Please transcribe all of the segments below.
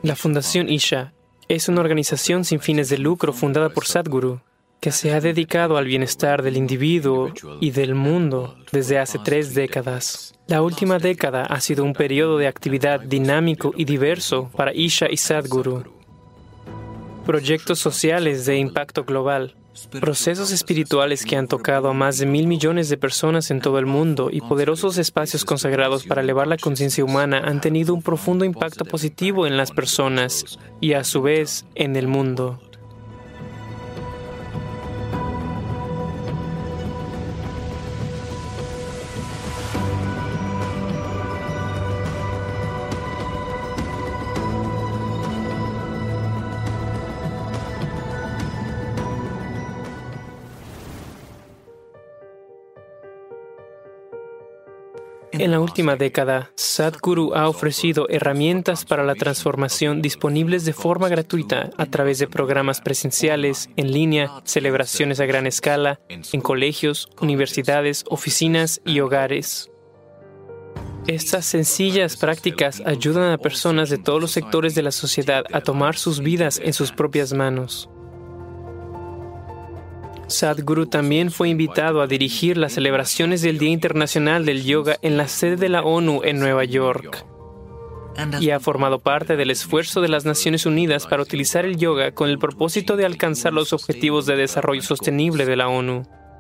La Fundación Isha es una organización sin fines de lucro fundada por Sadhguru, que se ha dedicado al bienestar del individuo y del mundo desde hace 3 décadas. La última década ha sido un periodo de actividad dinámico y diverso para Isha y Sadhguru. Proyectos sociales de impacto global, procesos espirituales que han tocado a más de 1.000 millones de personas en todo el mundo y poderosos espacios consagrados para elevar la conciencia humana han tenido un profundo impacto positivo en las personas y, a su vez, en el mundo. En la última década, Sadhguru ha ofrecido herramientas para la transformación disponibles de forma gratuita a través de programas presenciales, en línea, celebraciones a gran escala, en colegios, universidades, oficinas y hogares. Estas sencillas prácticas ayudan a personas de todos los sectores de la sociedad a tomar sus vidas en sus propias manos. Sadhguru también fue invitado a dirigir las celebraciones del Día Internacional del Yoga en la sede de la ONU en Nueva York y ha formado parte del esfuerzo de las Naciones Unidas para utilizar el yoga con el propósito de alcanzar los objetivos de desarrollo sostenible de la ONU.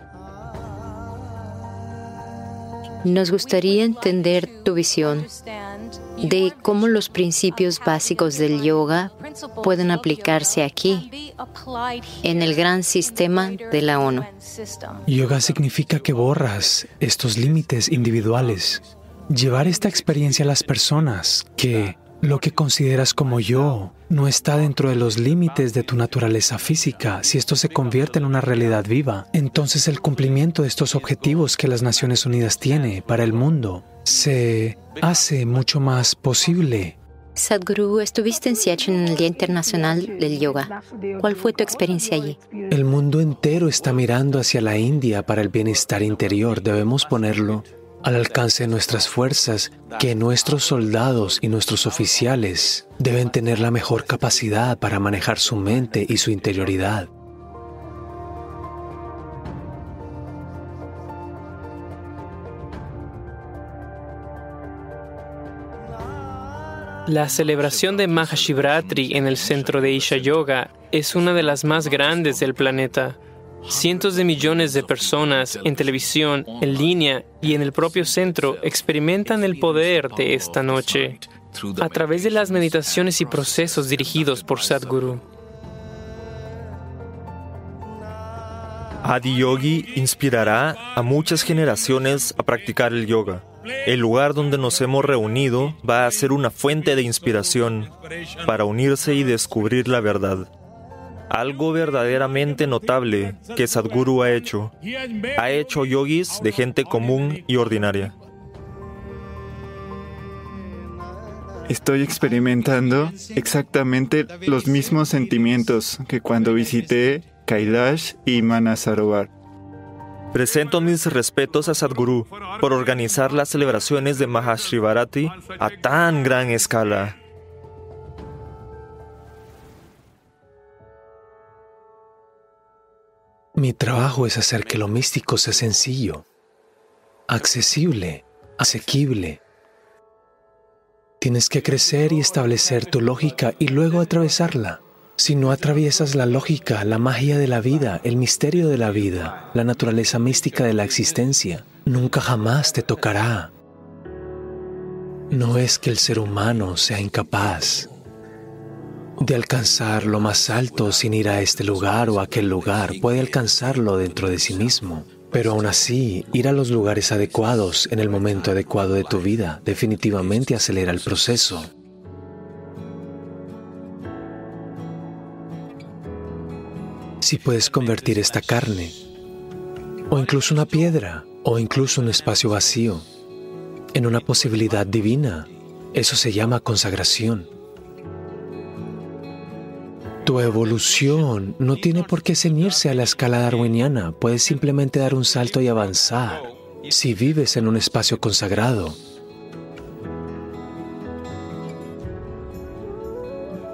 Nos gustaría entender tu visión de cómo los principios básicos del yoga pueden aplicarse aquí, en el gran sistema de la ONU. Yoga significa que borras estos límites individuales. Llevar esta experiencia a las personas, que lo que consideras como yo no está dentro de los límites de tu naturaleza física. Si esto se convierte en una realidad viva, entonces el cumplimiento de estos objetivos que las Naciones Unidas tiene para el mundo se hace mucho más posible. Sadhguru, estuviste en Siachen en el Día Internacional del Yoga. ¿Cuál fue tu experiencia allí? El mundo entero está mirando hacia la India para el bienestar interior. Debemos ponerlo al alcance de nuestras fuerzas, que nuestros soldados y nuestros oficiales deben tener la mejor capacidad para manejar su mente y su interioridad. La celebración de Mahashivratri en el centro de Isha Yoga es una de las más grandes del planeta. Cientos de millones de personas en televisión, en línea y en el propio centro experimentan el poder de esta noche a través de las meditaciones y procesos dirigidos por Sadhguru. Adiyogi inspirará a muchas generaciones a practicar el yoga. El lugar donde nos hemos reunido va a ser una fuente de inspiración para unirse y descubrir la verdad. Algo verdaderamente notable que Sadhguru ha hecho yogis de gente común y ordinaria. Estoy experimentando exactamente los mismos sentimientos que cuando visité Kailash y Manasarovar. Presento mis respetos a Sadhguru por organizar las celebraciones de Mahashivratri a tan gran escala. Mi trabajo es hacer que lo místico sea sencillo, accesible, asequible. Tienes que crecer y establecer tu lógica y luego atravesarla. Si no atraviesas la lógica, la magia de la vida, el misterio de la vida, la naturaleza mística de la existencia, nunca jamás te tocará. No es que el ser humano sea incapaz de alcanzar lo más alto sin ir a este lugar o a aquel lugar. Puede alcanzarlo dentro de sí mismo. Pero aún así, ir a los lugares adecuados en el momento adecuado de tu vida definitivamente acelera el proceso. Si puedes convertir esta carne, o incluso una piedra, o incluso un espacio vacío, en una posibilidad divina, eso se llama consagración. Tu evolución no tiene por qué ceñirse a la escala darwiniana. Puedes simplemente dar un salto y avanzar. Si vives en un espacio consagrado,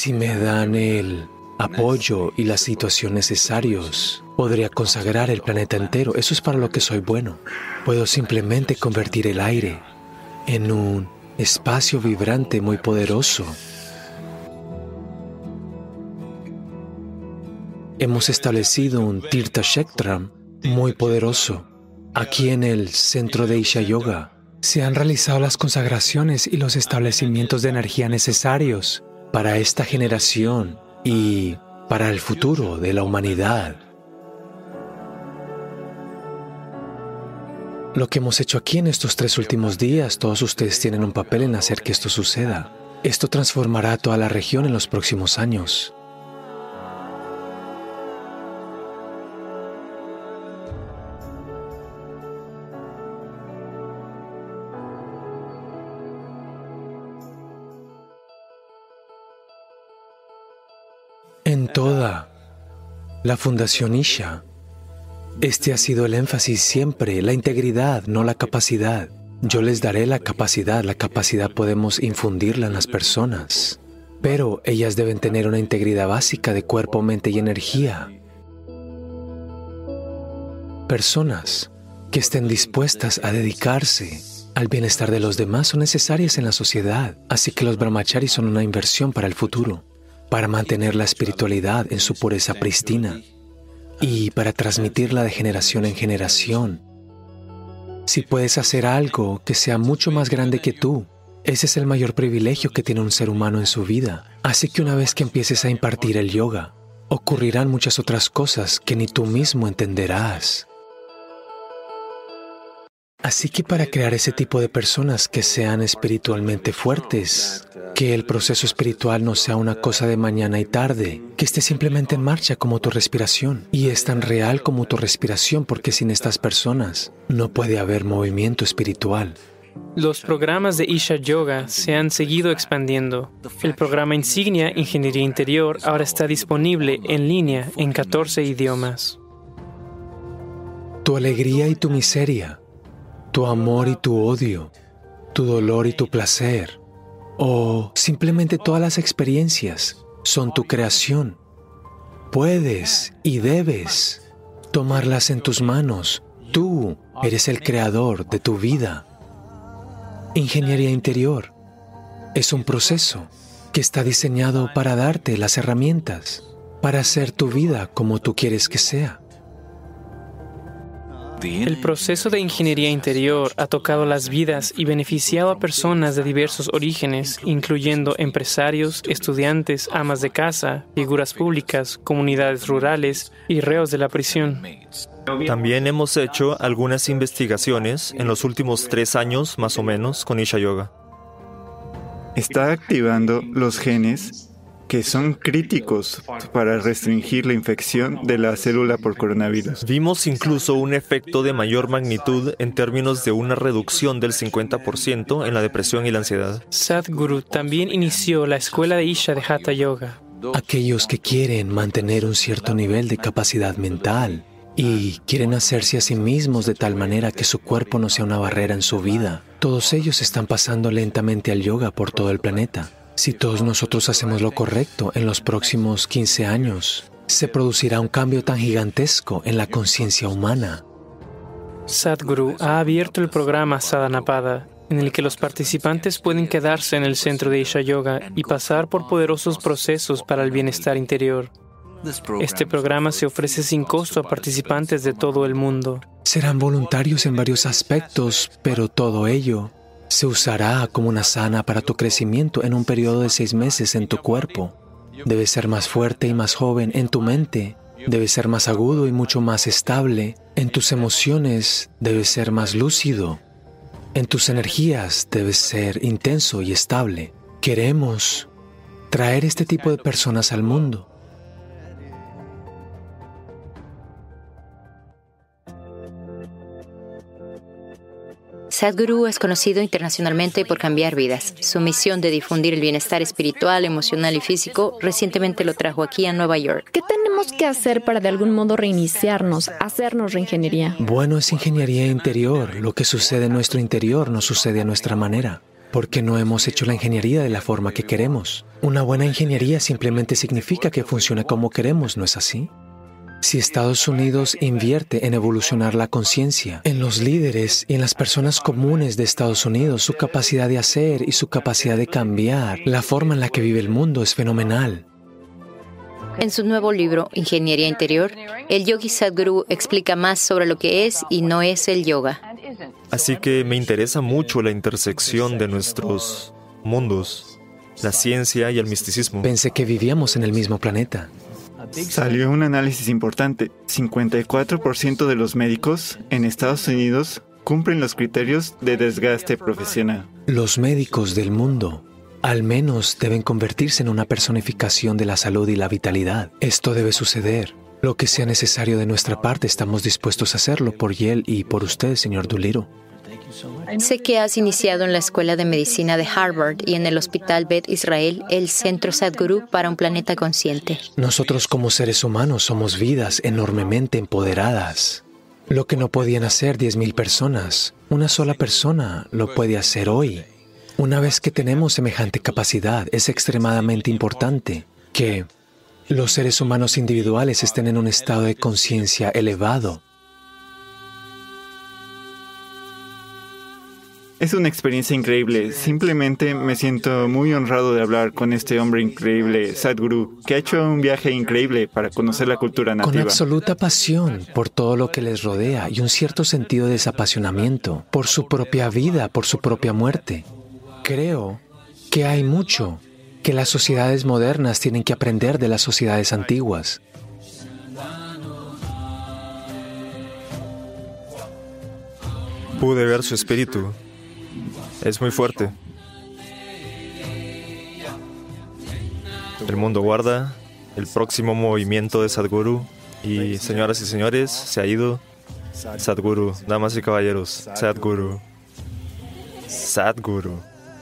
Si me dan el apoyo y la situación necesarios, podría consagrar el planeta entero. Eso es para lo que soy bueno. Puedo simplemente convertir el aire en un espacio vibrante muy poderoso. Hemos establecido un Tirtha Kshetram muy poderoso. Aquí en el centro de Isha Yoga se han realizado las consagraciones y los establecimientos de energía necesarios para esta generación y para el futuro de la humanidad. Lo que hemos hecho aquí en estos 3 últimos días, todos ustedes tienen un papel en hacer que esto suceda. Esto transformará a toda la región en los próximos años. En toda la Fundación Isha, este ha sido el énfasis siempre, la integridad, no la capacidad. Yo les daré la capacidad podemos infundirla en las personas, pero ellas deben tener una integridad básica de cuerpo, mente y energía. Personas que estén dispuestas a dedicarse al bienestar de los demás son necesarias en la sociedad, así que los brahmacharis son una inversión para el futuro, para mantener la espiritualidad en su pureza pristina y para transmitirla de generación en generación. Si puedes hacer algo que sea mucho más grande que tú, ese es el mayor privilegio que tiene un ser humano en su vida. Así que una vez que empieces a impartir el yoga, ocurrirán muchas otras cosas que ni tú mismo entenderás. Así que para crear ese tipo de personas que sean espiritualmente fuertes, que el proceso espiritual no sea una cosa de mañana y tarde, que esté simplemente en marcha como tu respiración. Y es tan real como tu respiración porque sin estas personas no puede haber movimiento espiritual. Los programas de Isha Yoga se han seguido expandiendo. El programa insignia Ingeniería Interior ahora está disponible en línea en 14 idiomas. Tu alegría y tu miseria, tu amor y tu odio, tu dolor y tu placer, o simplemente todas las experiencias son tu creación. Puedes y debes tomarlas en tus manos. Tú eres el creador de tu vida. Ingeniería interior es un proceso que está diseñado para darte las herramientas para hacer tu vida como tú quieres que sea. El proceso de ingeniería interior ha tocado las vidas y beneficiado a personas de diversos orígenes, incluyendo empresarios, estudiantes, amas de casa, figuras públicas, comunidades rurales y reos de la prisión. También hemos hecho algunas investigaciones en los últimos 3 años, más o menos, con Isha Yoga. Está activando los genes que son críticos para restringir la infección de la célula por coronavirus. Vimos incluso un efecto de mayor magnitud en términos de una reducción del 50% en la depresión y la ansiedad. Sadhguru también inició la escuela de Isha de Hatha Yoga. Aquellos que quieren mantener un cierto nivel de capacidad mental y quieren hacerse a sí mismos de tal manera que su cuerpo no sea una barrera en su vida, todos ellos están pasando lentamente al yoga por todo el planeta. Si todos nosotros hacemos lo correcto, en los próximos 15 años, se producirá un cambio tan gigantesco en la conciencia humana. Sadhguru ha abierto el programa Sadhanapada, en el que los participantes pueden quedarse en el centro de Isha Yoga y pasar por poderosos procesos para el bienestar interior. Este programa se ofrece sin costo a participantes de todo el mundo. Serán voluntarios en varios aspectos, pero todo ello se usará como una sana para tu crecimiento en un periodo de 6 meses en tu cuerpo. Debes ser más fuerte y más joven en tu mente. Debes ser más agudo y mucho más estable. En tus emociones debes ser más lúcido. En tus energías debes ser intenso y estable. Queremos traer este tipo de personas al mundo. Sadhguru es conocido internacionalmente por cambiar vidas. Su misión de difundir el bienestar espiritual, emocional y físico recientemente lo trajo aquí a Nueva York. ¿Qué tenemos que hacer para de algún modo reiniciarnos, hacernos reingeniería? Bueno, es ingeniería interior. Lo que sucede en nuestro interior no sucede a nuestra manera. porque no hemos hecho la ingeniería de la forma que queremos. Una buena ingeniería simplemente significa que funciona como queremos, ¿no es así? Si Estados Unidos invierte en evolucionar la conciencia, en los líderes y en las personas comunes de Estados Unidos, su capacidad de hacer y su capacidad de cambiar la forma en la que vive el mundo es fenomenal. En su nuevo libro, Ingeniería Interior, el yogi Sadhguru explica más sobre lo que es y no es el yoga. Así que me interesa mucho la intersección de nuestros mundos, la ciencia y el misticismo. Pensé que vivíamos en el mismo planeta. Salió un análisis importante. 54% de los médicos en Estados Unidos cumplen los criterios de desgaste profesional. Los médicos del mundo al menos deben convertirse en una personificación de la salud y la vitalidad. Esto debe suceder. Lo que sea necesario de nuestra parte, estamos dispuestos a hacerlo por él y por usted, señor Doolittle. Sé que has iniciado en la Escuela de Medicina de Harvard y en el Hospital Beth Israel el Centro Sadhguru para un planeta consciente. Nosotros como seres humanos somos vidas enormemente empoderadas. Lo que no podían hacer 10,000 personas, una sola persona lo puede hacer hoy. Una vez que tenemos semejante capacidad, es extremadamente importante que los seres humanos individuales estén en un estado de conciencia elevado. Es una experiencia increíble. Simplemente me siento muy honrado de hablar con este hombre increíble, Sadhguru, que ha hecho un viaje increíble para conocer la cultura nativa. Con absoluta pasión por todo lo que les rodea y un cierto sentido de desapasionamiento por su propia vida, por su propia muerte. Creo que hay mucho que las sociedades modernas tienen que aprender de las sociedades antiguas. Pude ver su espíritu. Es muy fuerte. El mundo guarda el próximo movimiento de Sadhguru. Y señoras y señores, se ha ido Sadhguru, damas y caballeros, Sadhguru. Sadhguru.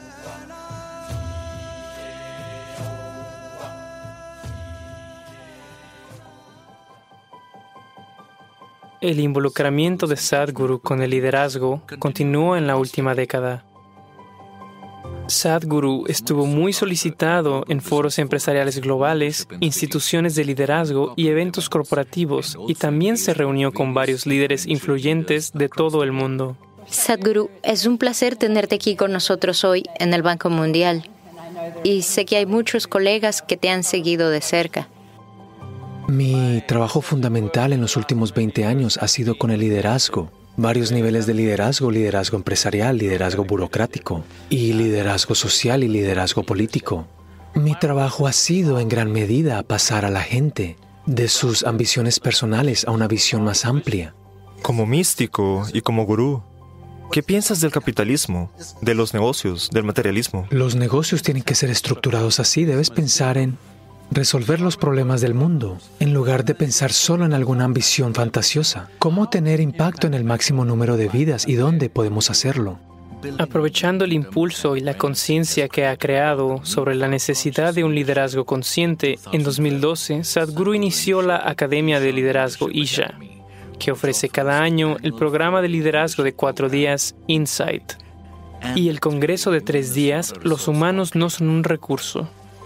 El involucramiento de Sadhguru con el liderazgo continuó en la última década. Sadhguru estuvo muy solicitado en foros empresariales globales, instituciones de liderazgo y eventos corporativos, y también se reunió con varios líderes influyentes de todo el mundo. Sadhguru, es un placer tenerte aquí con nosotros hoy en el Banco Mundial. Y sé que hay muchos colegas que te han seguido de cerca. Mi trabajo fundamental en los últimos 20 años ha sido con el liderazgo. Varios niveles de liderazgo: liderazgo empresarial, liderazgo burocrático, y liderazgo social y liderazgo político. Mi trabajo ha sido en gran medida pasar a la gente de sus ambiciones personales a una visión más amplia. Como místico y como gurú, ¿qué piensas del capitalismo, de los negocios, del materialismo? Los negocios tienen que ser estructurados así. Debes pensar en resolver los problemas del mundo, en lugar de pensar solo en alguna ambición fantasiosa. ¿Cómo tener impacto en el máximo número de vidas y dónde podemos hacerlo? Aprovechando el impulso y la conciencia que ha creado sobre la necesidad de un liderazgo consciente, en 2012, Sadhguru inició la Academia de Liderazgo Isha, que ofrece cada año el programa de liderazgo de 4 días, Insight, y el congreso de 3 días, Los humanos no son un recurso.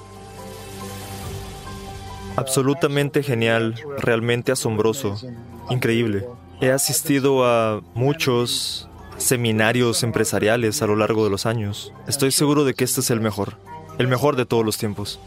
Absolutamente genial, realmente asombroso, increíble. He asistido a muchos seminarios empresariales a lo largo de los años. Estoy seguro de que este es el mejor de todos los tiempos.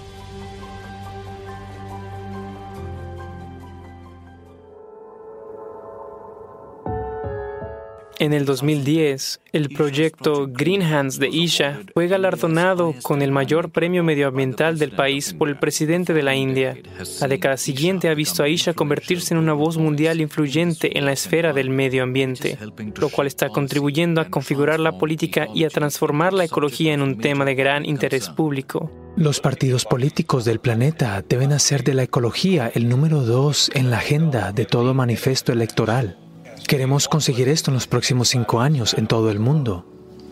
En el 2010, el proyecto Green Hands de Isha fue galardonado con el mayor premio medioambiental del país por el presidente de la India. La década siguiente ha visto a Isha convertirse en una voz mundial influyente en la esfera del medio ambiente, lo cual está contribuyendo a configurar la política y a transformar la ecología en un tema de gran interés público. Los partidos políticos del planeta deben hacer de la ecología el número 2 en la agenda de todo manifiesto electoral. Queremos conseguir esto en los próximos 5 años en todo el mundo.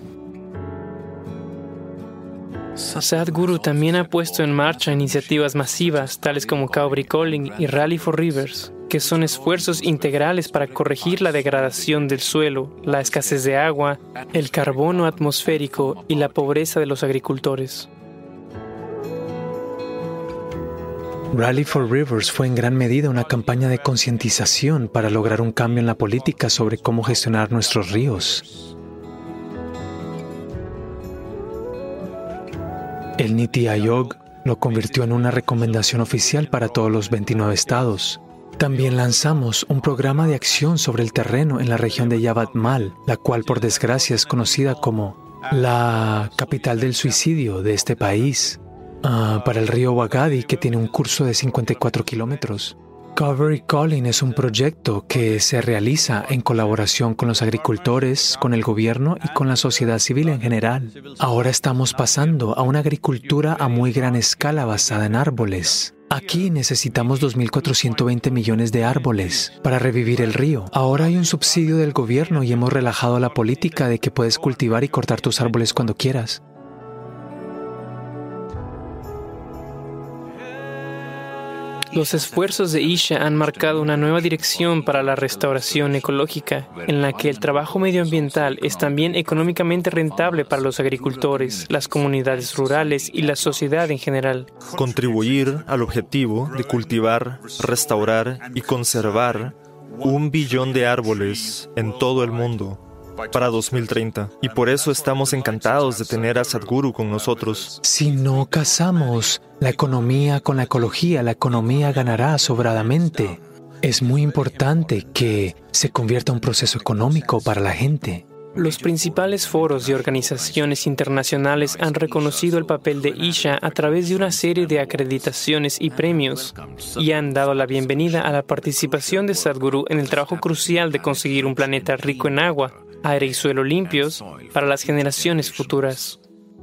Sadhguru también ha puesto en marcha iniciativas masivas, tales como Cowrie Calling y Rally for Rivers, que son esfuerzos integrales para corregir la degradación del suelo, la escasez de agua, el carbono atmosférico y la pobreza de los agricultores. Rally for Rivers fue en gran medida una campaña de concientización para lograr un cambio en la política sobre cómo gestionar nuestros ríos. El Niti Aayog lo convirtió en una recomendación oficial para todos los 29 estados. También lanzamos un programa de acción sobre el terreno en la región de Yavatmal, la cual por desgracia es conocida como la capital del suicidio de este país. Para el río Wagadi, que tiene un curso de 54 kilómetros. Cover y Calling es un proyecto que se realiza en colaboración con los agricultores, con el gobierno y con la sociedad civil en general. Ahora estamos pasando a una agricultura a muy gran escala basada en árboles. Aquí necesitamos 2.420 millones de árboles para revivir el río. Ahora hay un subsidio del gobierno y hemos relajado la política de que puedes cultivar y cortar tus árboles cuando quieras. Los esfuerzos de Isha han marcado una nueva dirección para la restauración ecológica, en la que el trabajo medioambiental es también económicamente rentable para los agricultores, las comunidades rurales y la sociedad en general. Contribuir al objetivo de cultivar, restaurar y conservar 1 billón de árboles en todo el mundo para 2030. Y por eso estamos encantados de tener a Sadhguru con nosotros. Si no casamos la economía con la ecología, la economía ganará sobradamente. Es muy importante que se convierta en un proceso económico para la gente. Los principales foros y organizaciones internacionales han reconocido el papel de Isha a través de una serie de acreditaciones y premios y han dado la bienvenida a la participación de Sadhguru en el trabajo crucial de conseguir un planeta rico en agua, aire y suelo limpios para las generaciones futuras.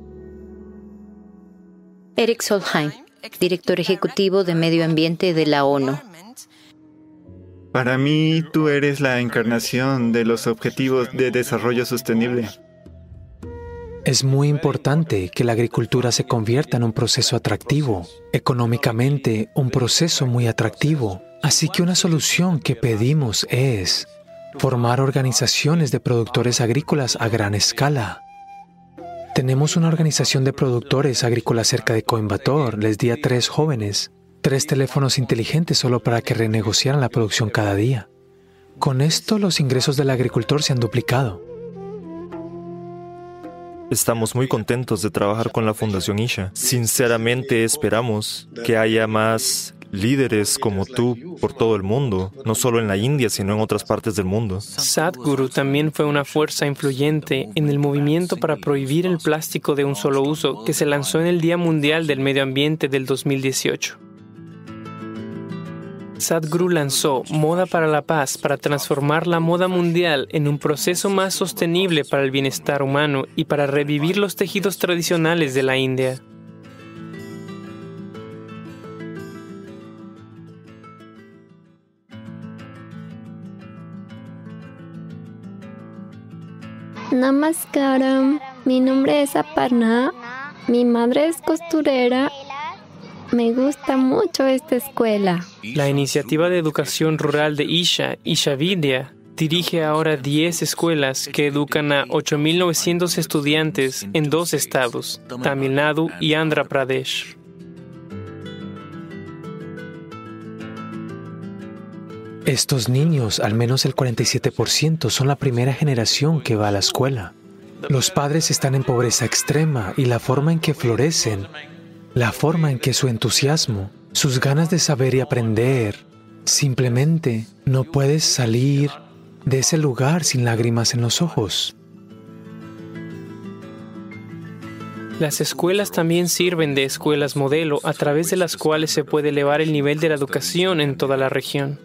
Eric Solheim, director ejecutivo de Medio Ambiente de la ONU. Para mí, tú eres la encarnación de los Objetivos de Desarrollo Sostenible. Es muy importante que la agricultura se convierta en un proceso atractivo, económicamente un proceso muy atractivo. Así que una solución que pedimos es formar organizaciones de productores agrícolas a gran escala. Tenemos una organización de productores agrícolas cerca de Coimbatore. Les di a 3 jóvenes 3 teléfonos inteligentes solo para que renegociaran la producción cada día. Con esto, los ingresos del agricultor se han duplicado. Estamos muy contentos de trabajar con la Fundación Isha. Sinceramente esperamos que haya más líderes como tú por todo el mundo, no solo en la India, sino en otras partes del mundo. Sadhguru también fue una fuerza influyente en el movimiento para prohibir el plástico de un solo uso que se lanzó en el Día Mundial del Medio Ambiente del 2018. Sadhguru lanzó Moda para la Paz para transformar la moda mundial en un proceso más sostenible para el bienestar humano y para revivir los tejidos tradicionales de la India. Namaskaram, mi nombre es Aparna, mi madre es costurera. Me gusta mucho esta escuela. La iniciativa de educación rural de Isha, Isha Vidya, dirige ahora 10 escuelas que educan a 8.900 estudiantes en 2 estados, Tamil Nadu y Andhra Pradesh. Estos niños, al menos el 47%, son la primera generación que va a la escuela. Los padres están en pobreza extrema y la forma en que florecen, la forma en que su entusiasmo, sus ganas de saber y aprender, simplemente no puedes salir de ese lugar sin lágrimas en los ojos. Las escuelas también sirven de escuelas modelo a través de las cuales se puede elevar el nivel de la educación en toda la región.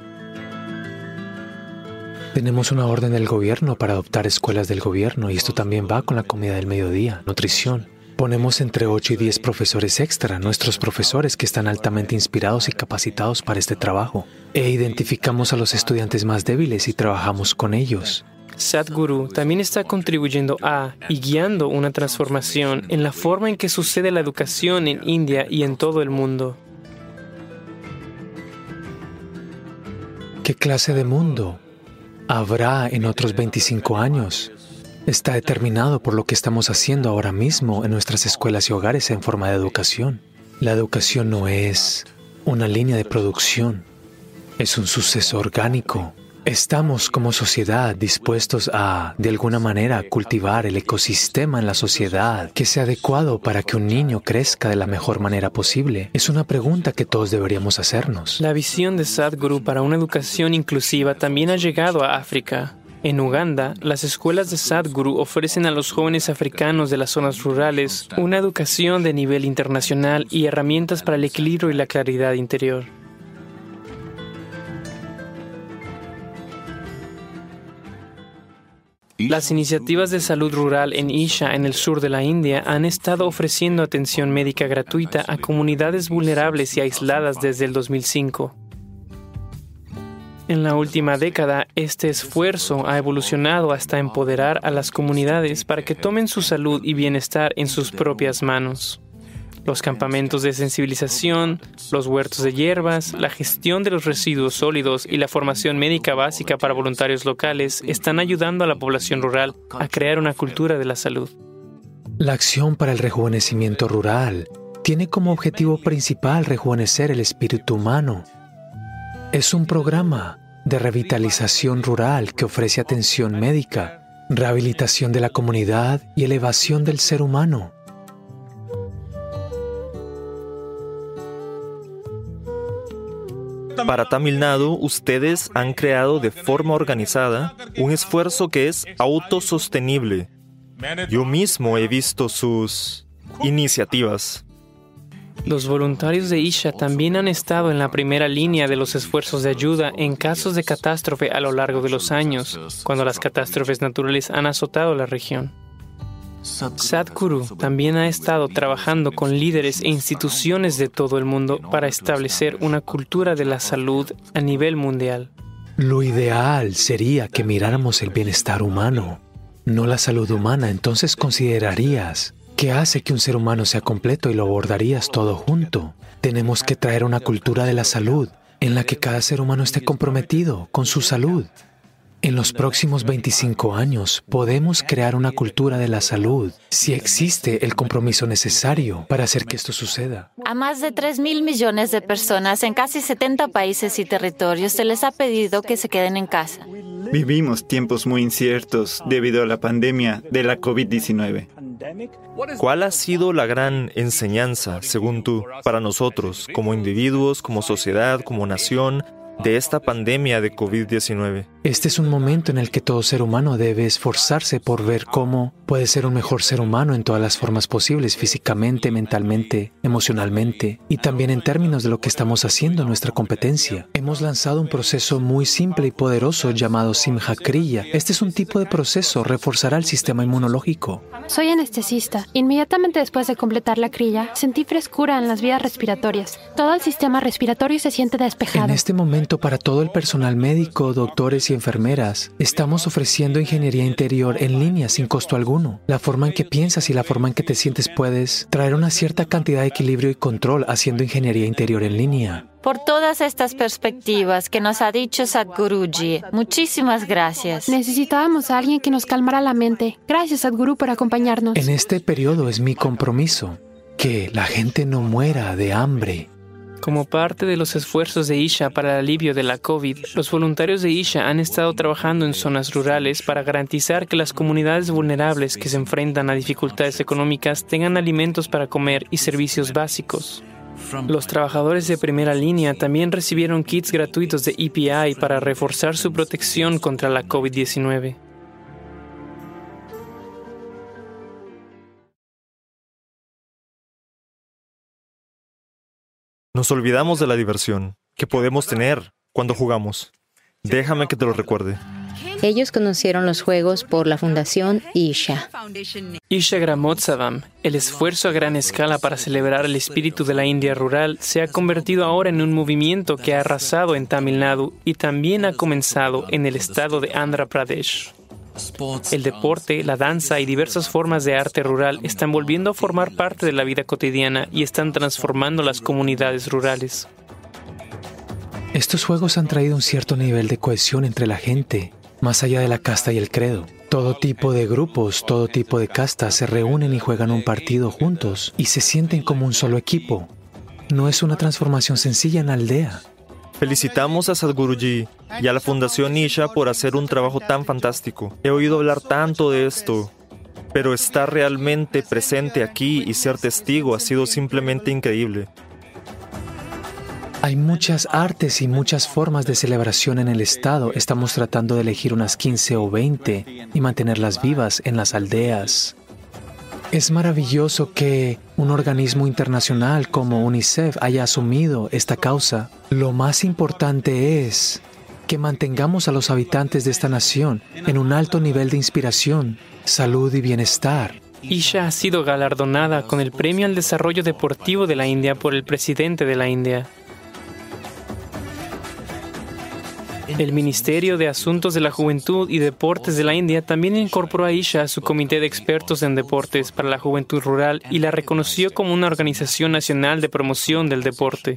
Tenemos una orden del gobierno para adoptar escuelas del gobierno y esto también va con la comida del mediodía, nutrición. Ponemos entre 8 y 10 profesores extra, nuestros profesores que están altamente inspirados y capacitados para este trabajo. E identificamos a los estudiantes más débiles y trabajamos con ellos. Sadhguru también está contribuyendo a y guiando una transformación en la forma en que sucede la educación en India y en todo el mundo. ¿Qué clase de mundo habrá en otros 25 años? Está determinado por lo que estamos haciendo ahora mismo en nuestras escuelas y hogares en forma de educación. La educación no es una línea de producción, es un suceso orgánico. Estamos como sociedad dispuestos a, de alguna manera, cultivar el ecosistema en la sociedad que sea adecuado para que un niño crezca de la mejor manera posible. Es una pregunta que todos deberíamos hacernos. La visión de Sadhguru para una educación inclusiva también ha llegado a África. En Uganda, las escuelas de Sadhguru ofrecen a los jóvenes africanos de las zonas rurales una educación de nivel internacional y herramientas para el equilibrio y la claridad interior. Las iniciativas de salud rural en Isha, en el sur de la India, han estado ofreciendo atención médica gratuita a comunidades vulnerables y aisladas desde el 2005. En la última década, este esfuerzo ha evolucionado hasta empoderar a las comunidades para que tomen su salud y bienestar en sus propias manos. Los campamentos de sensibilización, los huertos de hierbas, la gestión de los residuos sólidos y la formación médica básica para voluntarios locales están ayudando a la población rural a crear una cultura de la salud. La acción para el rejuvenecimiento rural tiene como objetivo principal rejuvenecer el espíritu humano. Es un programa de revitalización rural que ofrece atención médica, rehabilitación de la comunidad y elevación del ser humano. Para Tamil Nadu, ustedes han creado de forma organizada un esfuerzo que es autosostenible. Yo mismo he visto sus iniciativas. Los voluntarios de Isha también han estado en la primera línea de los esfuerzos de ayuda en casos de catástrofe a lo largo de los años, cuando las catástrofes naturales han azotado la región. Sadhguru también ha estado trabajando con líderes e instituciones de todo el mundo para establecer una cultura de la salud a nivel mundial. Lo ideal sería que miráramos el bienestar humano, no la salud humana. Entonces considerarías qué hace que un ser humano sea completo y lo abordarías todo junto. Tenemos que traer una cultura de la salud en la que cada ser humano esté comprometido con su salud. En los próximos 25 años podemos crear una cultura de la salud si existe el compromiso necesario para hacer que esto suceda. A más de 3.000 millones de personas en casi 70 países y territorios se les ha pedido que se queden en casa. Vivimos tiempos muy inciertos debido a la pandemia de la COVID-19. ¿Cuál ha sido la gran enseñanza, según tú, para nosotros, como individuos, como sociedad, como nación, de esta pandemia de COVID-19? Este es un momento en el que todo ser humano debe esforzarse por ver cómo puede ser un mejor ser humano en todas las formas posibles, físicamente, mentalmente, emocionalmente, y también en términos de lo que estamos haciendo en nuestra competencia. Hemos lanzado un proceso muy simple y poderoso llamado Simha Kriya. Este es un tipo de proceso, reforzará el sistema inmunológico. Soy anestesista. Inmediatamente después de completar la Kriya, sentí frescura en las vías respiratorias. Todo el sistema respiratorio se siente despejado. En este momento, para todo el personal médico, doctores y enfermeras, estamos ofreciendo ingeniería interior en línea sin costo alguno. La forma en que piensas y la forma en que te sientes puedes traer una cierta cantidad de equilibrio y control haciendo ingeniería interior en línea. Por todas estas perspectivas que nos ha dicho Sadhguruji, muchísimas gracias. Necesitábamos a alguien que nos calmara la mente. Gracias, Sadhguru, por acompañarnos. En este periodo es mi compromiso que la gente no muera de hambre. Como parte de los esfuerzos de Isha para el alivio de la COVID, los voluntarios de Isha han estado trabajando en zonas rurales para garantizar que las comunidades vulnerables que se enfrentan a dificultades económicas tengan alimentos para comer y servicios básicos. Los trabajadores de primera línea también recibieron kits gratuitos de EPI para reforzar su protección contra la COVID-19. Nos olvidamos de la diversión que podemos tener cuando jugamos. Déjame que te lo recuerde. Ellos conocieron los juegos por la Fundación Isha. Isha Gramotsavam, el esfuerzo a gran escala para celebrar el espíritu de la India rural, se ha convertido ahora en un movimiento que ha arrasado en Tamil Nadu y también ha comenzado en el estado de Andhra Pradesh. El deporte, la danza y diversas formas de arte rural están volviendo a formar parte de la vida cotidiana y están transformando las comunidades rurales. Estos juegos han traído un cierto nivel de cohesión entre la gente, más allá de la casta y el credo. Todo tipo de grupos, todo tipo de castas se reúnen y juegan un partido juntos y se sienten como un solo equipo. No es una transformación sencilla en la aldea. Felicitamos a Sadhguruji y a la Fundación Isha por hacer un trabajo tan fantástico. He oído hablar tanto de esto, pero estar realmente presente aquí y ser testigo ha sido simplemente increíble. Hay muchas artes y muchas formas de celebración en el estado. Estamos tratando de elegir unas 15 o 20 y mantenerlas vivas en las aldeas. Es maravilloso que un organismo internacional como UNICEF haya asumido esta causa. Lo más importante es que mantengamos a los habitantes de esta nación en un alto nivel de inspiración, salud y bienestar. Isha ha sido galardonada con el Premio al Desarrollo Deportivo de la India por el presidente de la India. El Ministerio de Asuntos de la Juventud y Deportes de la India también incorporó a Isha a su comité de expertos en deportes para la juventud rural y la reconoció como una organización nacional de promoción del deporte.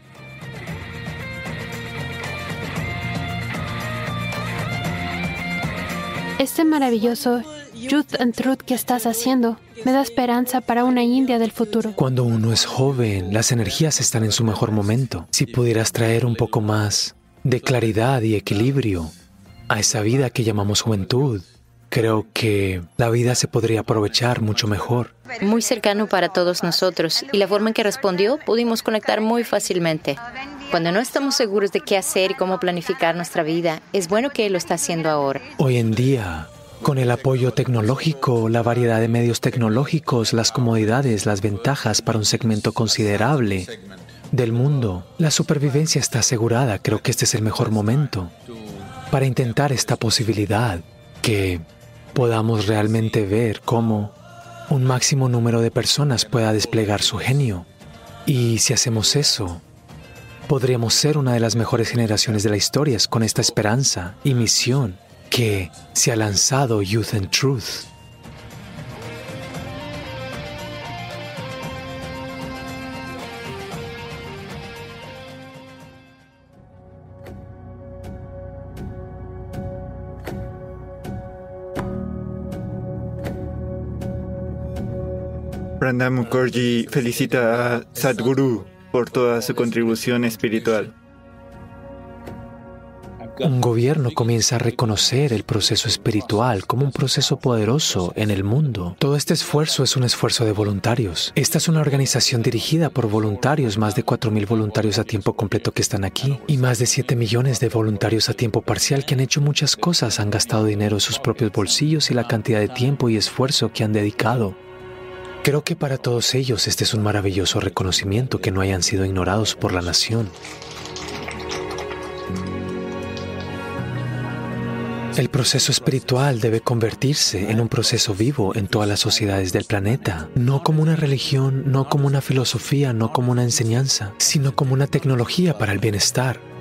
Este maravilloso Youth and Truth que estás haciendo me da esperanza para una India del futuro. Cuando uno es joven, las energías están en su mejor momento. Si pudieras traer un poco más de claridad y equilibrio a esa vida que llamamos juventud, creo que la vida se podría aprovechar mucho mejor. Muy cercano para todos nosotros, y la forma en que respondió pudimos conectar muy fácilmente. Cuando no estamos seguros de qué hacer y cómo planificar nuestra vida, es bueno que él lo está haciendo ahora. Hoy en día, con el apoyo tecnológico, la variedad de medios tecnológicos, las comodidades, las ventajas para un segmento considerable del mundo, la supervivencia está asegurada. Creo que este es el mejor momento para intentar esta posibilidad, que podamos realmente ver cómo un máximo número de personas pueda desplegar su genio. Y si hacemos eso, podríamos ser una de las mejores generaciones de la historia con esta esperanza y misión que se ha lanzado Youth and Truth. Pranam Mukherjee felicita a Sadhguru por toda su contribución espiritual. Un gobierno comienza a reconocer el proceso espiritual como un proceso poderoso en el mundo. Todo este esfuerzo es un esfuerzo de voluntarios. Esta es una organización dirigida por voluntarios, más de 4,000 voluntarios a tiempo completo que están aquí y más de 7 millones de voluntarios a tiempo parcial que han hecho muchas cosas, han gastado dinero de sus propios bolsillos y la cantidad de tiempo y esfuerzo que han dedicado. Creo que para todos ellos este es un maravilloso reconocimiento, que no hayan sido ignorados por la nación. El proceso espiritual debe convertirse en un proceso vivo en todas las sociedades del planeta, no como una religión, no como una filosofía, no como una enseñanza, sino como una tecnología para el bienestar.